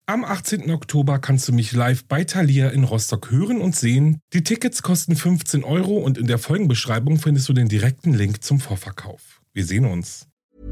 Am 18. Oktober kannst du mich live bei Thalia in Rostock hören und sehen. Die Tickets kosten 15 Euro und in der Folgenbeschreibung findest du den direkten Link zum Vorverkauf. Wir sehen uns.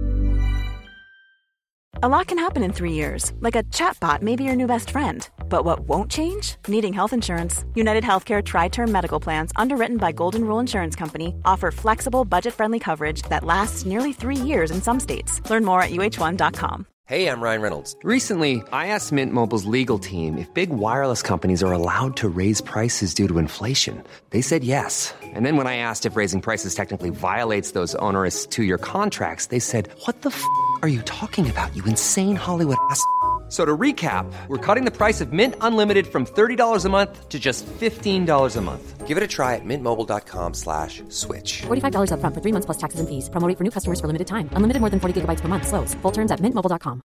A lot can happen in 3 years, like a chatbot may be your new best friend. But what won't change? Needing health insurance. United Healthcare Tri-Term Medical Plans, underwritten by Golden Rule Insurance Company, offer flexible, budget-friendly coverage that lasts nearly 3 years in some states. Learn more at uh1.com. Hey, I'm Ryan Reynolds. Recently, I asked Mint Mobile's legal team if big wireless companies are allowed to raise prices due to inflation. They said yes. And then when I asked if raising prices technically violates those onerous 2-year contracts, they said, "What the f*** are you talking about, you insane Hollywood ass?" So to recap, we're cutting the price of Mint Unlimited from $30 a month to just $15 a month. Give it a try at mintmobile.com/switch. $45 up front for 3 months plus taxes and fees. Promo rate for new customers for limited time. Unlimited more than 40 gigabytes per month. Slows full terms at mintmobile.com.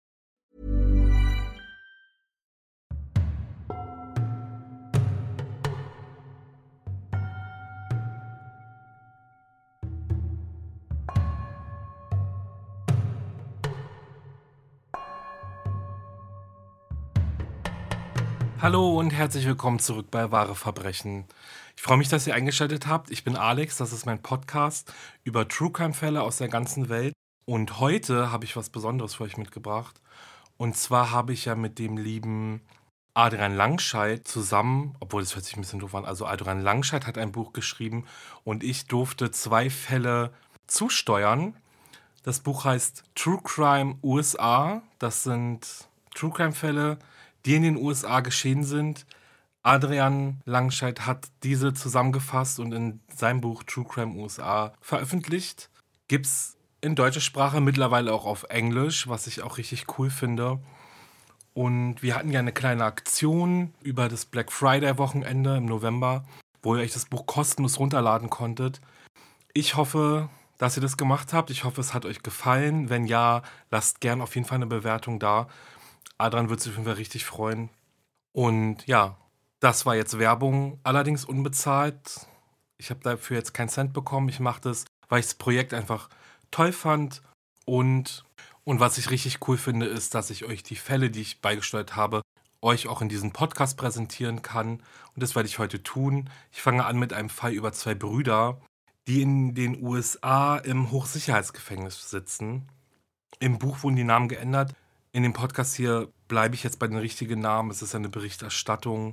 Hallo und herzlich willkommen zurück bei Wahre Verbrechen. Ich freue mich, dass ihr eingeschaltet habt. Ich bin Alex, das ist mein Podcast über True Crime Fälle aus der ganzen Welt. Und heute habe ich was Besonderes für euch mitgebracht. Und zwar habe ich ja mit dem lieben Adrian Langscheid zusammen, obwohl das hört sich ein bisschen doof an, also Adrian Langscheid hat ein Buch geschrieben und ich durfte 2 Fälle zusteuern. Das Buch heißt True Crime USA. Das sind True Crime Fälle, die in den USA geschehen sind. Adrian Langscheid hat diese zusammengefasst und in seinem Buch True Crime USA veröffentlicht. Gibt's in deutscher Sprache, mittlerweile auch auf Englisch, was ich auch richtig cool finde. Und wir hatten ja eine kleine Aktion über das Black Friday-Wochenende im November, wo ihr euch das Buch kostenlos runterladen konntet. Ich hoffe, dass ihr das gemacht habt. Ich hoffe, es hat euch gefallen. Wenn ja, lasst gern auf jeden Fall eine Bewertung da. Adrian wird sich auf jeden Fall richtig freuen. Und ja, das war jetzt Werbung, allerdings unbezahlt. Ich habe dafür jetzt keinen Cent bekommen. Ich mache das, weil ich das Projekt einfach toll fand. Und was ich richtig cool finde, ist, dass ich euch die Fälle, die ich beigesteuert habe, euch auch in diesem Podcast präsentieren kann. Und das werde ich heute tun. Ich fange an mit einem Fall über 2 Brüder, die in den USA im Hochsicherheitsgefängnis sitzen. Im Buch wurden die Namen geändert. In dem Podcast hier bleibe ich jetzt bei den richtigen Namen. Es ist eine Berichterstattung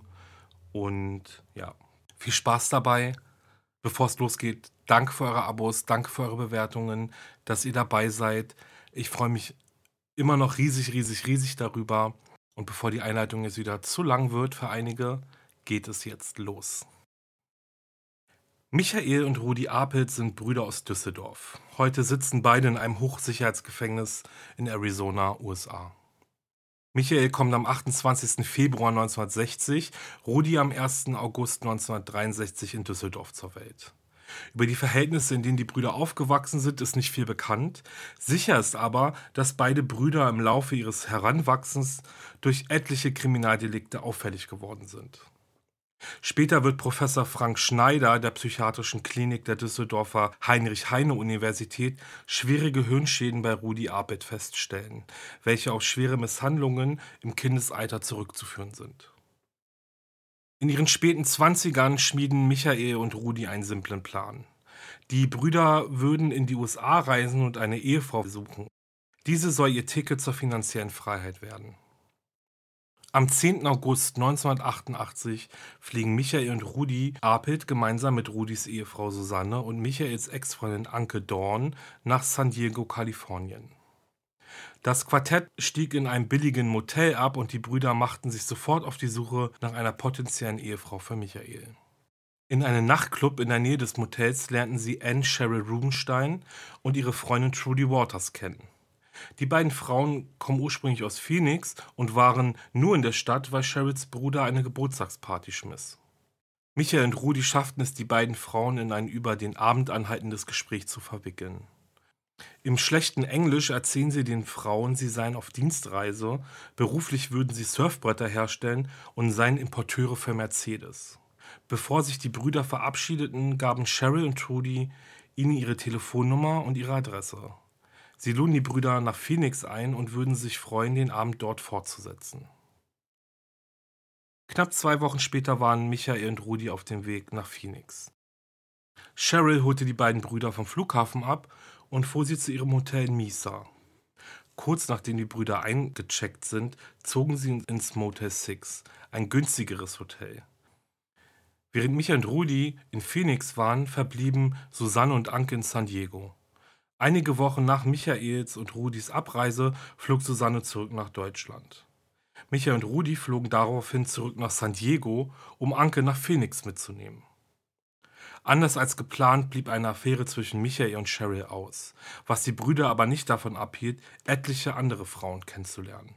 und ja, viel Spaß dabei. Bevor es losgeht, danke für eure Abos, danke für eure Bewertungen, dass ihr dabei seid. Ich freue mich immer noch riesig darüber. Und bevor die Einleitung jetzt wieder zu lang wird für einige, geht es jetzt los. Michael und Rudi Apelt sind Brüder aus Düsseldorf. Heute sitzen beide in einem Hochsicherheitsgefängnis in Arizona, USA. Michael kommt am 28. Februar 1960, Rudi am 1. August 1963 in Düsseldorf zur Welt. Über die Verhältnisse, in denen die Brüder aufgewachsen sind, ist nicht viel bekannt. Sicher ist aber, dass beide Brüder im Laufe ihres Heranwachsens durch etliche Kriminaldelikte auffällig geworden sind. Später wird Professor Frank Schneider der psychiatrischen Klinik der Düsseldorfer Heinrich-Heine-Universität schwere Gehirnschäden bei Rudi Apelt feststellen, welche auf schwere Misshandlungen im Kindesalter zurückzuführen sind. In ihren späten 20ern schmieden Michael und Rudi einen simplen Plan. Die Brüder würden in die USA reisen und eine Ehefrau suchen. Diese soll ihr Ticket zur finanziellen Freiheit werden. Am 10. August 1988 fliegen Michael und Rudi Apelt gemeinsam mit Rudis Ehefrau Susanne und Michaels Ex-Freundin Anke Dorn nach San Diego, Kalifornien. Das Quartett stieg in einem billigen Motel ab und die Brüder machten sich sofort auf die Suche nach einer potenziellen Ehefrau für Michael. In einem Nachtclub in der Nähe des Motels lernten sie Anne Cheryl Rubenstein und ihre Freundin Trudy Waters kennen. Die beiden Frauen kommen ursprünglich aus Phoenix und waren nur in der Stadt, weil Cheryls Bruder eine Geburtstagsparty schmiss. Michael und Rudi schafften es, die beiden Frauen in ein über den Abend anhaltendes Gespräch zu verwickeln. Im schlechten Englisch erzählen sie den Frauen, sie seien auf Dienstreise, beruflich würden sie Surfbretter herstellen und seien Importeure für Mercedes. Bevor sich die Brüder verabschiedeten, gaben Cheryl und Trudy ihnen ihre Telefonnummer und ihre Adresse. Sie luden die Brüder nach Phoenix ein und würden sich freuen, den Abend dort fortzusetzen. Knapp 2 Wochen später waren Michael und Rudi auf dem Weg nach Phoenix. Cheryl holte die beiden Brüder vom Flughafen ab und fuhr sie zu ihrem Hotel in Mesa. Kurz nachdem die Brüder eingecheckt sind, zogen sie ins Motel 6, ein günstigeres Hotel. Während Michael und Rudi in Phoenix waren, verblieben Susanne und Anke in San Diego. Einige Wochen nach Michaels und Rudis Abreise flog Susanne zurück nach Deutschland. Michael und Rudi flogen daraufhin zurück nach San Diego, um Anke nach Phoenix mitzunehmen. Anders als geplant blieb eine Affäre zwischen Michael und Cheryl aus, was die Brüder aber nicht davon abhielt, etliche andere Frauen kennenzulernen.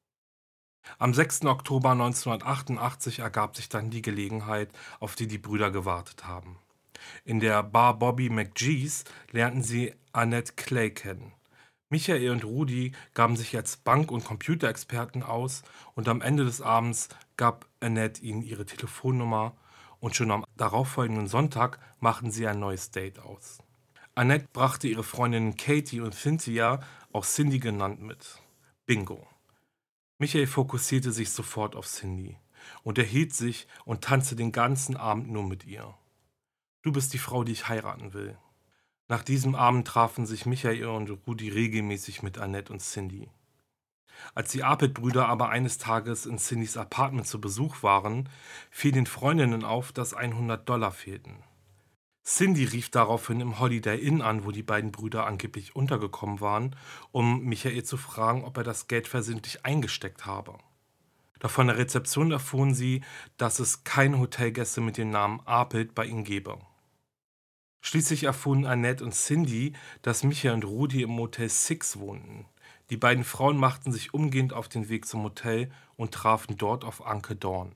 Am 6. Oktober 1988 ergab sich dann die Gelegenheit, auf die die Brüder gewartet haben. In der Bar Bobby McGee's lernten sie Annette Clay kennen. Michael und Rudi gaben sich als Bank- und Computerexperten aus und am Ende des Abends gab Annette ihnen ihre Telefonnummer und schon am darauffolgenden Sonntag machten sie ein neues Date aus. Annette brachte ihre Freundinnen Katie und Cynthia, auch Cindy genannt, mit. Bingo. Michael fokussierte sich sofort auf Cindy, unterhielt sich und tanzte den ganzen Abend nur mit ihr. Du bist die Frau, die ich heiraten will. Nach diesem Abend trafen sich Michael und Rudi regelmäßig mit Annette und Cindy. Als die Apelt-Brüder aber eines Tages in Cindys Apartment zu Besuch waren, fiel den Freundinnen auf, dass $100 fehlten. Cindy rief daraufhin im Holiday Inn an, wo die beiden Brüder angeblich untergekommen waren, um Michael zu fragen, ob er das Geld versehentlich eingesteckt habe. Doch von der Rezeption erfuhren sie, dass es keine Hotelgäste mit dem Namen Apelt bei ihnen gebe. Schließlich erfuhren Annette und Cindy, dass Michael und Rudi im Motel 6 wohnten. Die beiden Frauen machten sich umgehend auf den Weg zum Hotel und trafen dort auf Anke Dorn.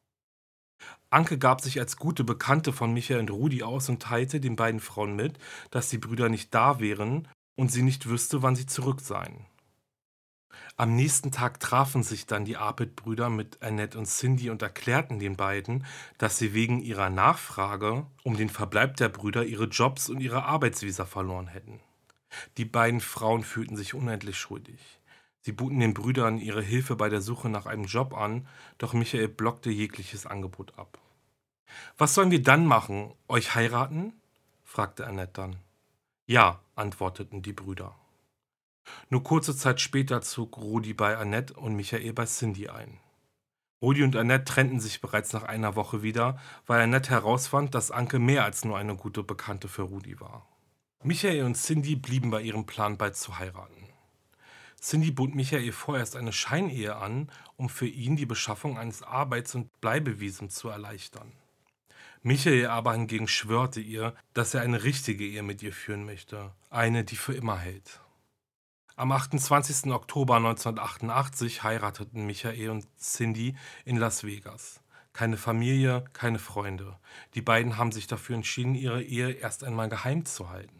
Anke gab sich als gute Bekannte von Michael und Rudi aus und teilte den beiden Frauen mit, dass die Brüder nicht da wären und sie nicht wüsste, wann sie zurück seien. Am nächsten Tag trafen sich dann die Apelt-Brüder mit Annette und Cindy und erklärten den beiden, dass sie wegen ihrer Nachfrage um den Verbleib der Brüder ihre Jobs und ihre Arbeitsvisa verloren hätten. Die beiden Frauen fühlten sich unendlich schuldig. Sie boten den Brüdern ihre Hilfe bei der Suche nach einem Job an, doch Michael blockte jegliches Angebot ab. »Was sollen wir dann machen? Euch heiraten?« fragte Annette dann. »Ja«, antworteten die Brüder. Nur kurze Zeit später zog Rudi bei Annette und Michael bei Cindy ein. Rudi und Annette trennten sich bereits nach einer Woche wieder, weil Annette herausfand, dass Anke mehr als nur eine gute Bekannte für Rudi war. Michael und Cindy blieben bei ihrem Plan, bald zu heiraten. Cindy bot Michael vorerst eine Scheinehe an, um für ihn die Beschaffung eines Arbeits- und Bleibevisums zu erleichtern. Michael aber hingegen schwörte ihr, dass er eine richtige Ehe mit ihr führen möchte, eine, die für immer hält. Am 28. Oktober 1988 heirateten Michael und Cindy in Las Vegas. Keine Familie, keine Freunde. Die beiden haben sich dafür entschieden, ihre Ehe erst einmal geheim zu halten.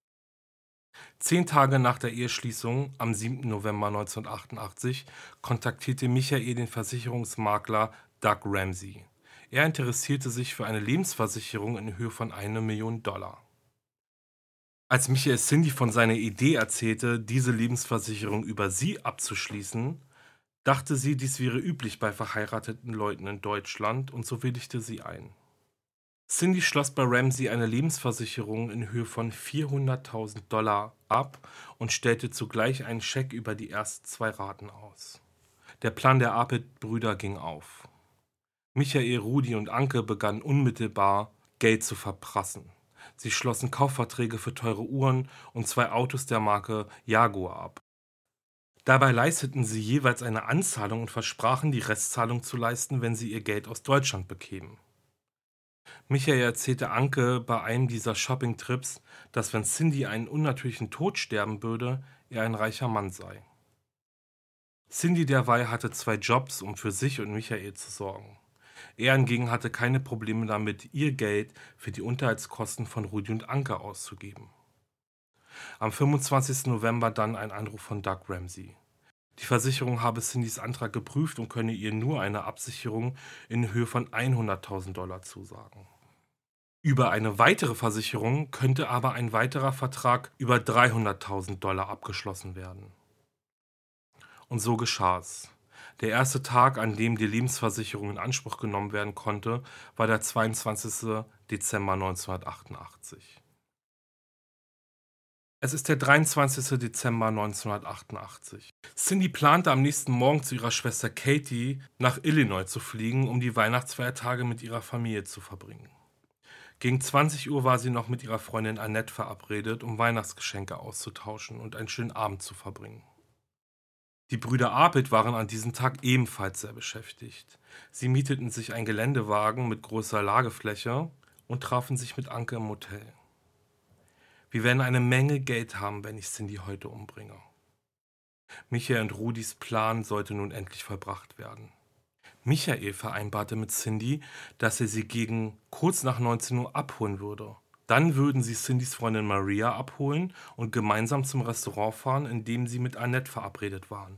10 Tage nach der Eheschließung, am 7. November 1988, kontaktierte Michael den Versicherungsmakler Doug Ramsey. Er interessierte sich für eine Lebensversicherung in Höhe von $1 Million. Als Michael Cindy von seiner Idee erzählte, diese Lebensversicherung über sie abzuschließen, dachte sie, dies wäre üblich bei verheirateten Leuten in Deutschland und so willigte sie ein. Cindy schloss bei Ramsey eine Lebensversicherung in Höhe von $400.000 ab und stellte zugleich einen Scheck über die ersten 2 Raten aus. Der Plan der Apelt-Brüder ging auf. Michael, Rudi und Anke begannen unmittelbar, Geld zu verprassen. Sie schlossen Kaufverträge für teure Uhren und 2 Autos der Marke Jaguar ab. Dabei leisteten sie jeweils eine Anzahlung und versprachen, die Restzahlung zu leisten, wenn sie ihr Geld aus Deutschland bekämen. Michael erzählte Anke bei einem dieser Shopping-Trips, dass wenn Cindy einen unnatürlichen Tod sterben würde, er ein reicher Mann sei. Cindy derweil hatte 2 Jobs, um für sich und Michael zu sorgen. Er hingegen hatte keine Probleme damit, ihr Geld für die Unterhaltskosten von Rudi und Anke auszugeben. Am 25. November dann ein Anruf von Doug Ramsey. Die Versicherung habe Cindys Antrag geprüft und könne ihr nur eine Absicherung in Höhe von $100.000 zusagen. Über eine weitere Versicherung könnte aber ein weiterer Vertrag über $300.000 abgeschlossen werden. Und so geschah es. Der erste Tag, an dem die Lebensversicherung in Anspruch genommen werden konnte, war der 22. Dezember 1988. Es ist der 23. Dezember 1988. Cindy plante am nächsten Morgen zu ihrer Schwester Katie nach Illinois zu fliegen, um die Weihnachtsfeiertage mit ihrer Familie zu verbringen. Gegen 20 Uhr war sie noch mit ihrer Freundin Annette verabredet, um Weihnachtsgeschenke auszutauschen und einen schönen Abend zu verbringen. Die Brüder Abed waren an diesem Tag ebenfalls sehr beschäftigt. Sie mieteten sich einen Geländewagen mit großer Ladefläche und trafen sich mit Anke im Motel. Wir werden eine Menge Geld haben, wenn ich Cindy heute umbringe. Michael und Rudis Plan sollte nun endlich vollbracht werden. Michael vereinbarte mit Cindy, dass er sie gegen kurz nach 19 Uhr abholen würde. Dann würden sie Cindys Freundin Maria abholen und gemeinsam zum Restaurant fahren, in dem sie mit Annette verabredet waren.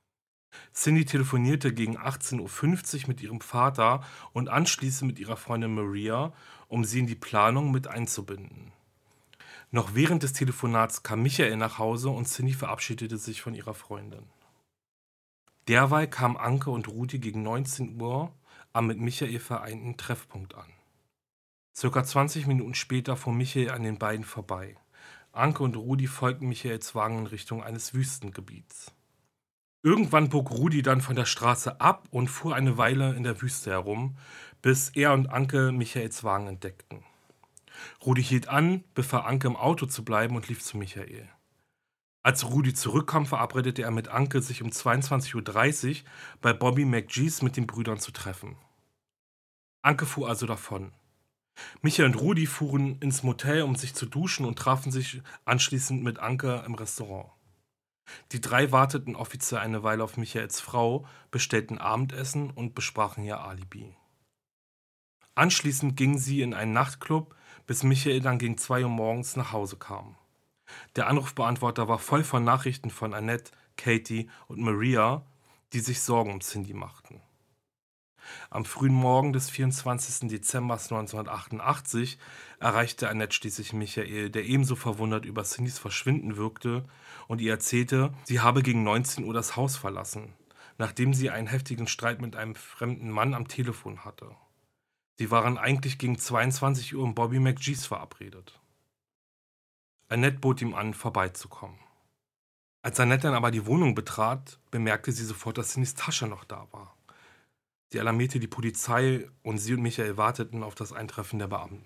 Cindy telefonierte gegen 18:50 Uhr mit ihrem Vater und anschließend mit ihrer Freundin Maria, um sie in die Planung mit einzubinden. Noch während des Telefonats kam Michael nach Hause und Cindy verabschiedete sich von ihrer Freundin. Derweil kamen Anke und Rudi gegen 19 Uhr am mit Michael vereinten Treffpunkt an. Circa 20 Minuten später fuhr Michael an den beiden vorbei. Anke und Rudi folgten Michaels Wagen in Richtung eines Wüstengebiets. Irgendwann bog Rudi dann von der Straße ab und fuhr eine Weile in der Wüste herum, bis er und Anke Michaels Wagen entdeckten. Rudi hielt an, befahl Anke im Auto zu bleiben und lief zu Michael. Als Rudi zurückkam, verabredete er mit Anke, sich um 22:30 Uhr bei Bobby McGee's mit den Brüdern zu treffen. Anke fuhr also davon. Michael und Rudi fuhren ins Motel, um sich zu duschen und trafen sich anschließend mit Anke im Restaurant. Die drei warteten offiziell eine Weile auf Michaels Frau, bestellten Abendessen und besprachen ihr Alibi. Anschließend gingen sie in einen Nachtclub, bis Michael dann gegen 2 Uhr morgens nach Hause kam. Der Anrufbeantworter war voll von Nachrichten von Annette, Katie und Maria, die sich Sorgen um Cindy machten. Am frühen Morgen des 24. Dezember 1988 erreichte Annette schließlich Michael, der ebenso verwundert über Cindys Verschwinden wirkte und ihr erzählte, sie habe gegen 19 Uhr das Haus verlassen, nachdem sie einen heftigen Streit mit einem fremden Mann am Telefon hatte. Sie waren eigentlich gegen 22 Uhr im Bobby McGee's verabredet. Annette bot ihm an, vorbeizukommen. Als Annette dann aber die Wohnung betrat, bemerkte sie sofort, dass Cindys Tasche noch da war. Sie alarmierte die Polizei und sie und Michael warteten auf das Eintreffen der Beamten.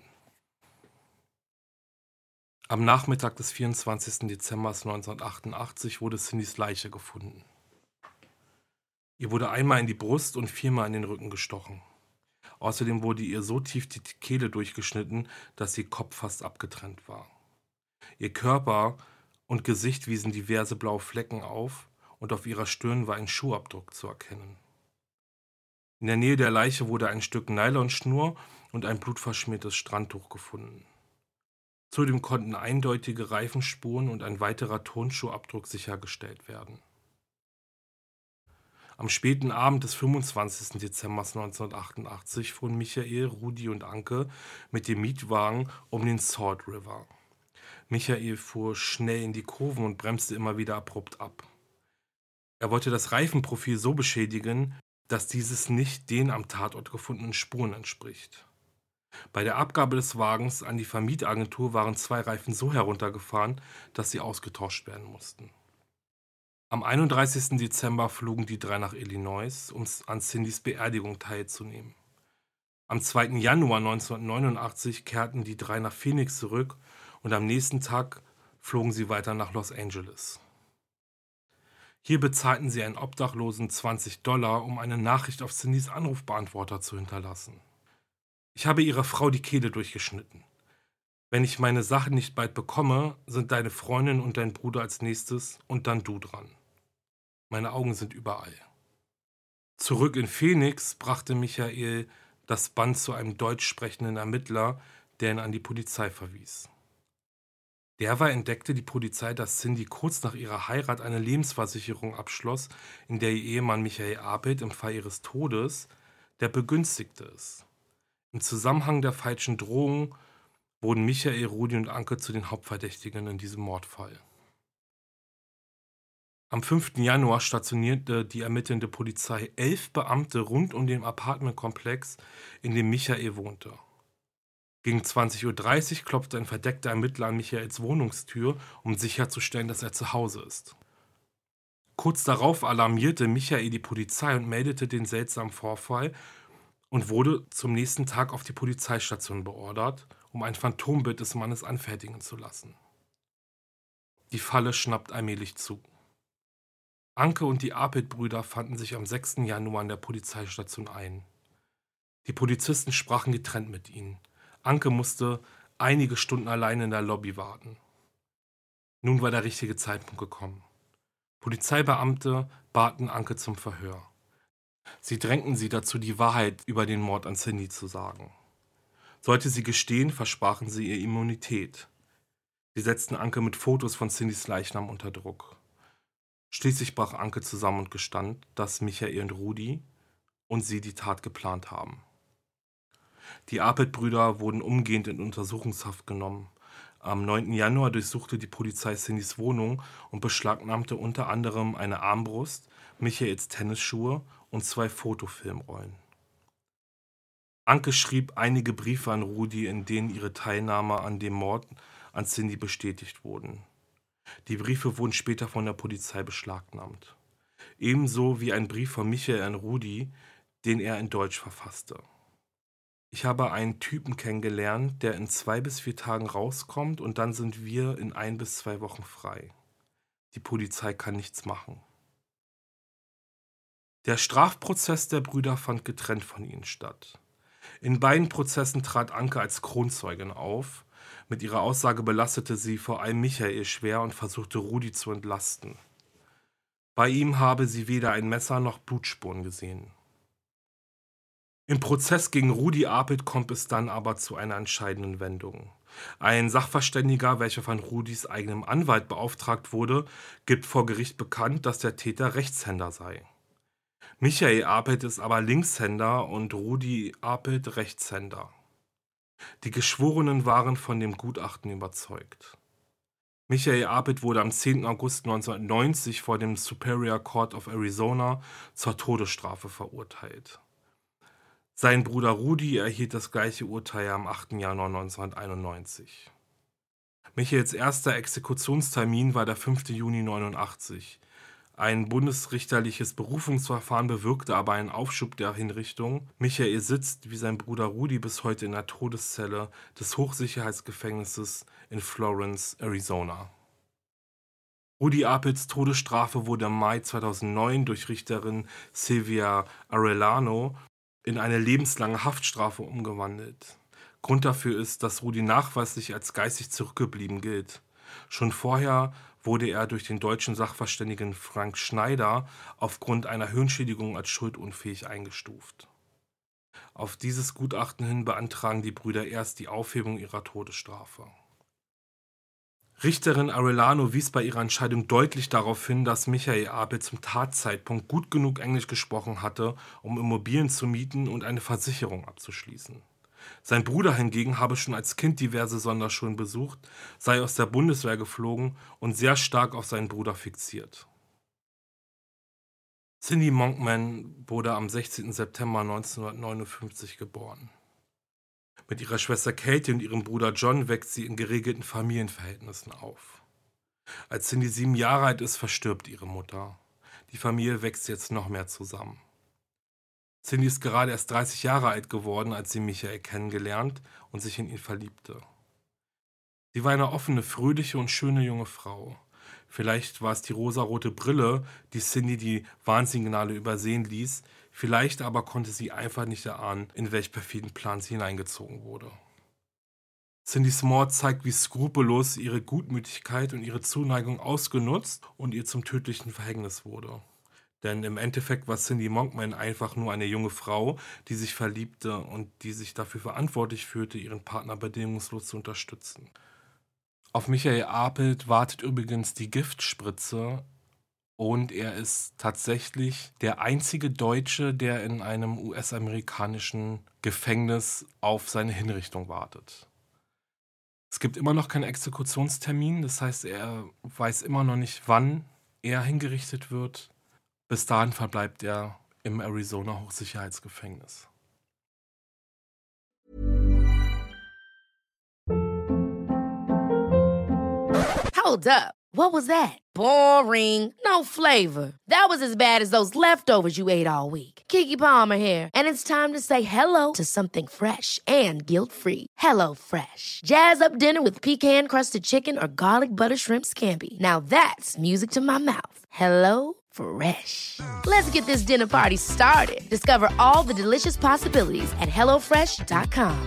Am Nachmittag des 24. Dezember 1988 wurde Cindys Leiche gefunden. Ihr wurde einmal in die Brust und 4-mal in den Rücken gestochen. Außerdem wurde ihr so tief die Kehle durchgeschnitten, dass ihr Kopf fast abgetrennt war. Ihr Körper und Gesicht wiesen diverse blaue Flecken auf und auf ihrer Stirn war ein Schuhabdruck zu erkennen. In der Nähe der Leiche wurde ein Stück Nylonschnur und ein blutverschmiertes Strandtuch gefunden. Zudem konnten eindeutige Reifenspuren und ein weiterer Turnschuhabdruck sichergestellt werden. Am späten Abend des 25. Dezember 1988 fuhren Michael, Rudi und Anke mit dem Mietwagen um den Salt River. Michael fuhr schnell in die Kurven und bremste immer wieder abrupt ab. Er wollte das Reifenprofil so beschädigen, dass dieses nicht den am Tatort gefundenen Spuren entspricht. Bei der Abgabe des Wagens an die Vermietagentur waren 2 Reifen so heruntergefahren, dass sie ausgetauscht werden mussten. Am 31. Dezember flogen die 3 nach Illinois, um an Cindys Beerdigung teilzunehmen. Am 2. Januar 1989 kehrten die 3 nach Phoenix zurück und am nächsten Tag flogen sie weiter nach Los Angeles. Hier bezahlten sie einen Obdachlosen $20, um eine Nachricht auf Cindys Anrufbeantworter zu hinterlassen. Ich habe ihrer Frau die Kehle durchgeschnitten. Wenn ich meine Sachen nicht bald bekomme, sind deine Freundin und dein Bruder als nächstes und dann du dran. Meine Augen sind überall. Zurück in Phoenix brachte Michael das Band zu einem deutsch sprechenden Ermittler, der ihn an die Polizei verwies. Derweil entdeckte die Polizei, dass Cindy kurz nach ihrer Heirat eine Lebensversicherung abschloss, in der ihr Ehemann Michael Abed im Fall ihres Todes der Begünstigte ist. Im Zusammenhang der falschen Drohung wurden Michael, Rudi und Anke zu den Hauptverdächtigen in diesem Mordfall. Am 5. Januar stationierte die ermittelnde Polizei 11 Beamte rund um den Apartmentkomplex, in dem Michael wohnte. Gegen 20:30 Uhr klopfte ein verdeckter Ermittler an Michaels Wohnungstür, um sicherzustellen, dass er zu Hause ist. Kurz darauf alarmierte Michael die Polizei und meldete den seltsamen Vorfall und wurde zum nächsten Tag auf die Polizeistation beordert, um ein Phantombild des Mannes anfertigen zu lassen. Die Falle schnappt allmählich zu. Anke und die Apelt-Brüder fanden sich am 6. Januar an der Polizeistation ein. Die Polizisten sprachen getrennt mit ihnen. Anke musste einige Stunden allein in der Lobby warten. Nun war der richtige Zeitpunkt gekommen. Polizeibeamte baten Anke zum Verhör. Sie drängten sie dazu, die Wahrheit über den Mord an Cindy zu sagen. Sollte sie gestehen, versprachen sie ihr Immunität. Sie setzten Anke mit Fotos von Cindys Leichnam unter Druck. Schließlich brach Anke zusammen und gestand, dass Michael und Rudi und sie die Tat geplant haben. Die Apelt-Brüder wurden umgehend in Untersuchungshaft genommen. Am 9. Januar durchsuchte die Polizei Cindys Wohnung und beschlagnahmte unter anderem eine Armbrust, Michaels Tennisschuhe und 2 Fotofilmrollen. Anke schrieb einige Briefe an Rudi, in denen ihre Teilnahme an dem Mord an Cindy bestätigt wurden. Die Briefe wurden später von der Polizei beschlagnahmt. Ebenso wie ein Brief von Michael an Rudi, den er in Deutsch verfasste. Ich habe einen Typen kennengelernt, der in 2 bis 4 Tagen rauskommt und dann sind wir in 1 bis 2 Wochen frei. Die Polizei kann nichts machen. Der Strafprozess der Brüder fand getrennt von ihnen statt. In beiden Prozessen trat Anke als Kronzeugin auf. Mit ihrer Aussage belastete sie vor allem Michael schwer und versuchte Rudi zu entlasten. Bei ihm habe sie weder ein Messer noch Blutspuren gesehen. Im Prozess gegen Rudi Apelt kommt es dann aber zu einer entscheidenden Wendung. Ein Sachverständiger, welcher von Rudis eigenem Anwalt beauftragt wurde, gibt vor Gericht bekannt, dass der Täter Rechtshänder sei. Michael Apelt ist aber Linkshänder und Rudi Apelt Rechtshänder. Die Geschworenen waren von dem Gutachten überzeugt. Michael Apelt wurde am 10. August 1990 vor dem Superior Court of Arizona zur Todesstrafe verurteilt. Sein Bruder Rudi erhielt das gleiche Urteil am 8. Januar 1991. Michaels erster Exekutionstermin war der 5. Juni 1989. Ein bundesrichterliches Berufungsverfahren bewirkte aber einen Aufschub der Hinrichtung. Michael sitzt, wie sein Bruder Rudi, bis heute in der Todeszelle des Hochsicherheitsgefängnisses in Florence, Arizona. Rudi Apels Todesstrafe wurde im Mai 2009 durch Richterin Silvia Arellano in eine lebenslange Haftstrafe umgewandelt. Grund dafür ist, dass Rudi nachweislich als geistig zurückgeblieben gilt. Schon vorher wurde er durch den deutschen Sachverständigen Frank Schneider aufgrund einer Hirnschädigung als schuldunfähig eingestuft. Auf dieses Gutachten hin beantragen die Brüder erst die Aufhebung ihrer Todesstrafe. Richterin Arellano wies bei ihrer Entscheidung deutlich darauf hin, dass Michael Apelt zum Tatzeitpunkt gut genug Englisch gesprochen hatte, um Immobilien zu mieten und eine Versicherung abzuschließen. Sein Bruder hingegen habe schon als Kind diverse Sonderschulen besucht, sei aus der Bundeswehr geflogen und sehr stark auf seinen Bruder fixiert. Cindy Monkman wurde am 16. September 1959 geboren. Mit ihrer Schwester Katie und ihrem Bruder John wächst sie in geregelten Familienverhältnissen auf. Als Cindy 7 Jahre alt ist, verstirbt ihre Mutter. Die Familie wächst jetzt noch mehr zusammen. Cindy ist gerade erst 30 Jahre alt geworden, als sie Michael kennengelernt und sich in ihn verliebte. Sie war eine offene, fröhliche und schöne junge Frau. Vielleicht war es die rosarote Brille, die Cindy die Warnsignale übersehen ließ, vielleicht aber konnte sie einfach nicht erahnen, in welch perfiden Plan sie hineingezogen wurde. Cindys Mord zeigt, wie skrupellos ihre Gutmütigkeit und ihre Zuneigung ausgenutzt und ihr zum tödlichen Verhängnis wurde. Denn im Endeffekt war Cindy Monkman einfach nur eine junge Frau, die sich verliebte und die sich dafür verantwortlich fühlte, ihren Partner bedingungslos zu unterstützen. Auf Michael Apelt wartet übrigens die Giftspritze und er ist tatsächlich der einzige Deutsche, der in einem US-amerikanischen Gefängnis auf seine Hinrichtung wartet. Es gibt immer noch keinen Exekutionstermin, das heißt, er weiß immer noch nicht, wann er hingerichtet wird. Bis dahin verbleibt er im Arizona Hochsicherheitsgefängnis. Hold up. What was that? Boring. No flavor. That was as bad as those leftovers you ate all week. Keke Palmer here, and it's time to say hello to something fresh and guilt-free. HelloFresh. Jazz up dinner with pecan-crusted chicken or garlic butter shrimp scampi. Now that's music to my mouth. HelloFresh. Let's get this dinner party started. Discover all the delicious possibilities at HelloFresh.com.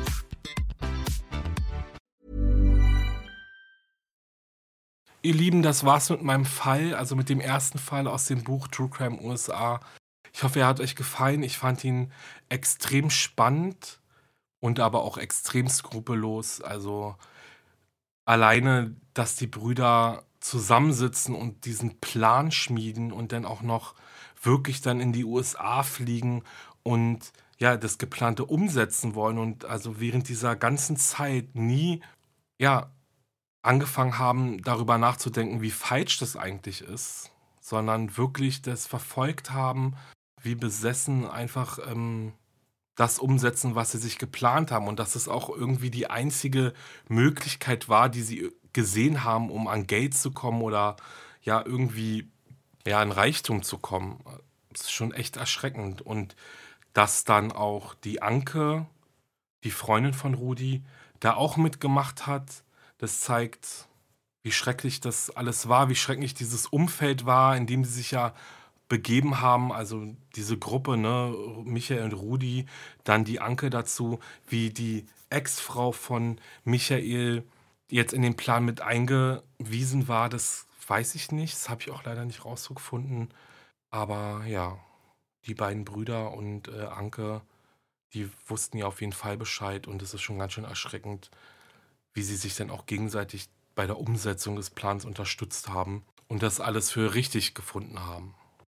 Ihr Lieben, das war's mit meinem Fall, also mit dem ersten Fall aus dem Buch True Crime USA. Ich hoffe, er hat euch gefallen. Ich fand ihn extrem spannend und aber auch extrem skrupellos. Also alleine, dass die Brüder zusammensitzen und diesen Plan schmieden und dann auch noch wirklich dann in die USA fliegen und ja, das Geplante umsetzen wollen und also während dieser ganzen Zeit nie, ja, angefangen haben, darüber nachzudenken, wie falsch das eigentlich ist, sondern wirklich das verfolgt haben, wie besessen einfach das umsetzen, was sie sich geplant haben und dass es auch irgendwie die einzige Möglichkeit war, die sie gesehen haben, um an Geld zu kommen oder ja irgendwie ja, in Reichtum zu kommen. Das ist schon echt erschreckend. Und dass dann auch die Anke, die Freundin von Rudi, da auch mitgemacht hat, das zeigt, wie schrecklich das alles war, wie schrecklich dieses Umfeld war, in dem sie sich ja begeben haben. Also diese Gruppe, ne, Michael und Rudi, dann die Anke dazu, wie die Ex-Frau von Michael jetzt in den Plan mit eingewiesen war, das weiß ich nicht. Das habe ich auch leider nicht rausgefunden. Aber ja, die beiden Brüder und Anke, die wussten ja auf jeden Fall Bescheid und es ist schon ganz schön erschreckend, wie sie sich dann auch gegenseitig bei der Umsetzung des Plans unterstützt haben und das alles für richtig gefunden haben.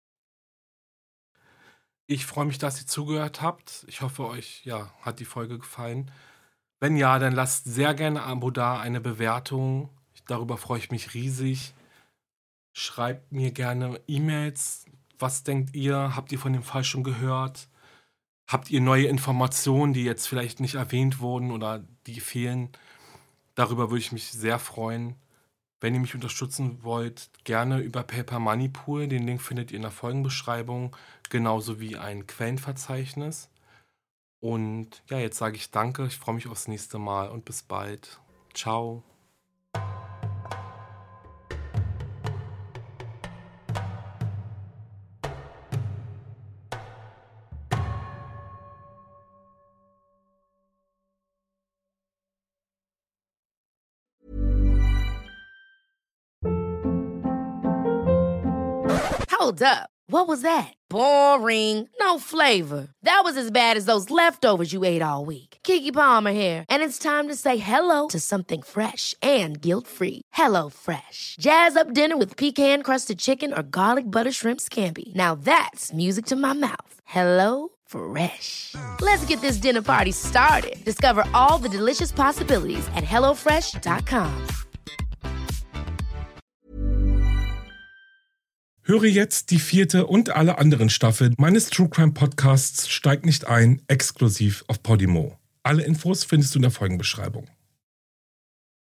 Ich freue mich, dass ihr zugehört habt. Ich hoffe, euch hat die Folge gefallen. Wenn ja, dann lasst sehr gerne ein Abo da, eine Bewertung. Darüber freue ich mich riesig. Schreibt mir gerne E-Mails. Was denkt ihr? Habt ihr von dem Fall schon gehört? Habt ihr neue Informationen, die jetzt vielleicht nicht erwähnt wurden oder die fehlen? Darüber würde ich mich sehr freuen. Wenn ihr mich unterstützen wollt, gerne über Paper Money Pool. Den Link findet ihr in der Folgenbeschreibung, genauso wie ein Quellenverzeichnis. Und ja, jetzt sage ich danke, ich freue mich aufs nächste Mal und bis bald. Ciao. Hold up. What was that? Boring. No flavor. That was as bad as those leftovers you ate all week. Keke Palmer here, and it's time to say hello to something fresh and guilt-free. HelloFresh. Jazz up dinner with pecan-crusted chicken or garlic butter shrimp scampi. Now that's music to my mouth. HelloFresh. Let's get this dinner party started. Discover all the delicious possibilities at HelloFresh.com. Höre jetzt die 4. und alle anderen Staffeln meines True Crime Podcasts Steig nicht ein, exklusiv auf Podimo. Alle Infos findest du in der Folgenbeschreibung.